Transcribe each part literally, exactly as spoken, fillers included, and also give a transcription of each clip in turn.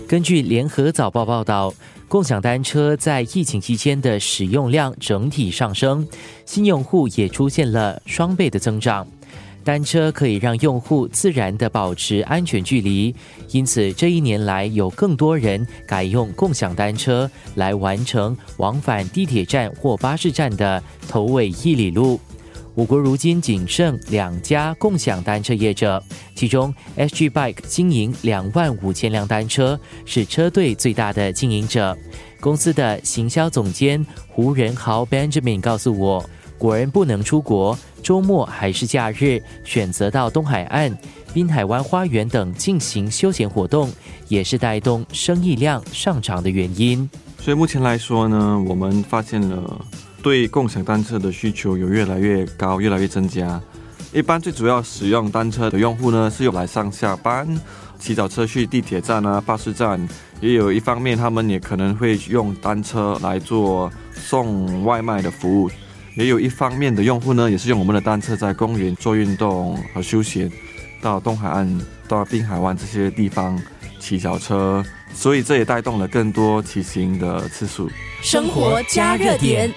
根据联合早报报道，共享单车在疫情期间的使用量整体上升，新用户也出现了双倍的增长。单车可以让用户自然地保持安全距离，因此这一年来有更多人改用共享单车来完成往返地铁站或巴士站的头尾一里路。我国如今仅剩两家共享单车业者，其中 S G Bike 经营两万五千辆单车，是车队最大的经营者。公司的行销总监胡仁豪 Benjamin 告诉我，果然不能出国，周末还是假日，选择到东海岸、滨海湾花园等进行休闲活动，也是带动生意量上涨的原因。 所以目前来说呢，我们发现了对共享单车的需求有越来越高，越来越增加。一般最主要使用单车的用户呢，是用来上下班，骑脚车去地铁站啊、巴士站，也有一方面他们也可能会用单车来做送外卖的服务。也有一方面的用户呢，也是用我们的单车在公园做运动和休闲，到东海岸、到滨海湾这些地方骑脚车，所以这也带动了更多骑行的次数。 生活加热点。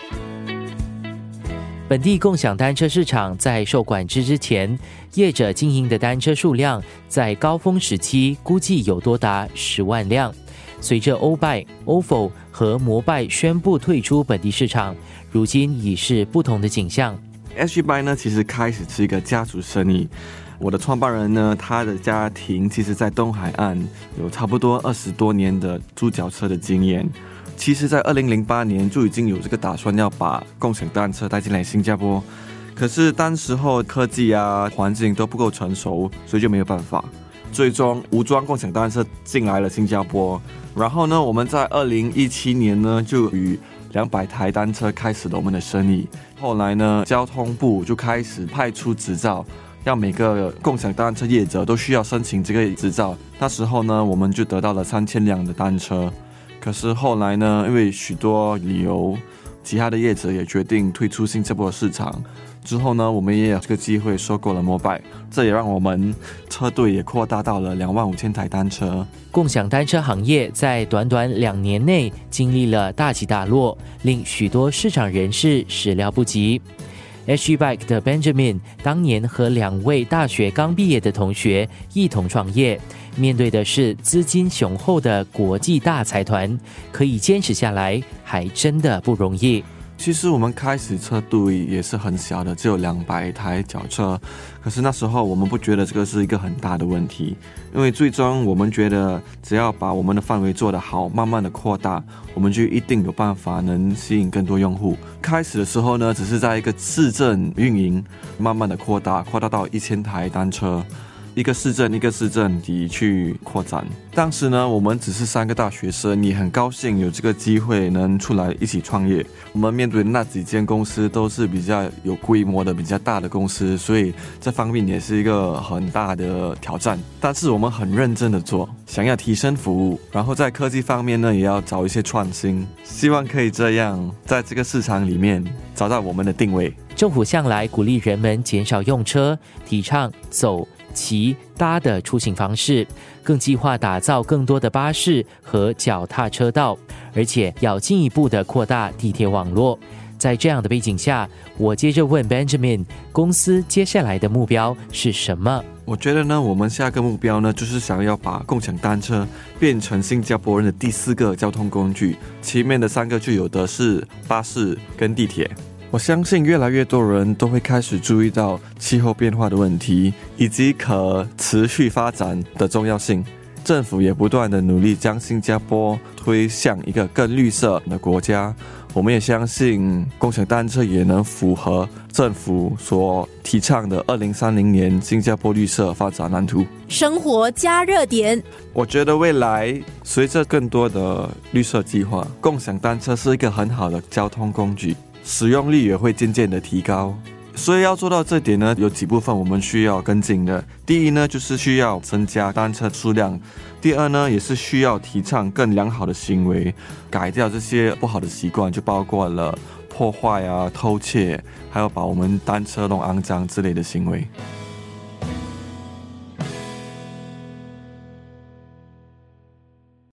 本地共享单车市场在受管制之前，业者经营的单车数量在高峰时期估计有多达十万辆。随着欧拜、O F O 和摩拜宣布退出本地市场，如今已是不同的景象。 S G Bike 呢，其实开始是一个家族生意。我的创办人呢，他的家庭其实在东海岸有差不多二十多年的租脚车的经验。其实在二零零八年就已经有这个打算要把共享单车带进来新加坡，可是当时候科技啊环境都不够成熟，所以就没有办法。最终无桩共享单车进来了新加坡，然后呢，我们在二零一七年呢就与两百台单车开始了我们的生意。后来呢，交通部就开始派出执照，让每个共享单车业者都需要申请这个执照。那时候呢，我们就得到了三千辆的单车。可是后来呢，因为许多理由，其他的业者也决定退出新加坡市场。之后呢，我们也有这个机会收购了摩拜，这也让我们车队也扩大到了两万五千台单车。 共享单车行业在短短两年内经历了大起大落，令许多市场人士始料不及。S G Bike 的 Benjamin 当年和两位大学刚毕业的同学一同创业，面对的是资金雄厚的国际大财团，可以坚持下来还真的不容易。 其实我们开始车队也是很小的，只有两百台脚车，可是那时候我们不觉得这个是一个很大的问题，因为最终我们觉得只要把我们的范围做得好，慢慢的扩大，我们就一定有办法能吸引更多用户。开始的时候呢，只是在一个市镇运营，慢慢的扩大，扩大到一千台单车。一个市镇一个市镇地去扩展。当时呢，我们只是三个大学生，也很高兴有这个机会能出来一起创业。我们面对的那几间公司都是比较有规模的、比较大的公司，所以这方面也是一个很大的挑战。但是我们很认真的做，想要提升服务，然后在科技方面呢，也要找一些创新，希望可以这样在这个市场里面找到我们的定位。 政府向来鼓励人们减少用车，提倡走、骑、搭的出行方式，更计划打造更多的巴士和脚踏车道，而且要进一步的扩大地铁网络。在这样的背景下，我接着问 Benjamin， 公司接下来的目标是什么？ 我觉得呢，我们下个目标呢，就是想要把共享单车变成新加坡人的第四个交通工具，前面的三个就有的是巴士跟地铁。我相信越来越多人都会开始注意到气候变化的问题，以及可持续发展的重要性。政府也不断的努力将新加坡推向一个更绿色的国家。我们也相信共享单车也能符合政府所提倡的二零三零年新加坡绿色发展蓝图。 生活加热点。 我觉得未来随着更多的绿色计划，共享单车是一个很好的交通工具，使用率也会渐渐的提高。所以要做到这点呢，有几部分我们需要跟进的。第一呢，就是需要增加单车数量；第二呢，也是需要提倡更良好的行为，改掉这些不好的习惯，就包括了破坏啊、偷窃，还有把我们单车弄肮脏之类的行为。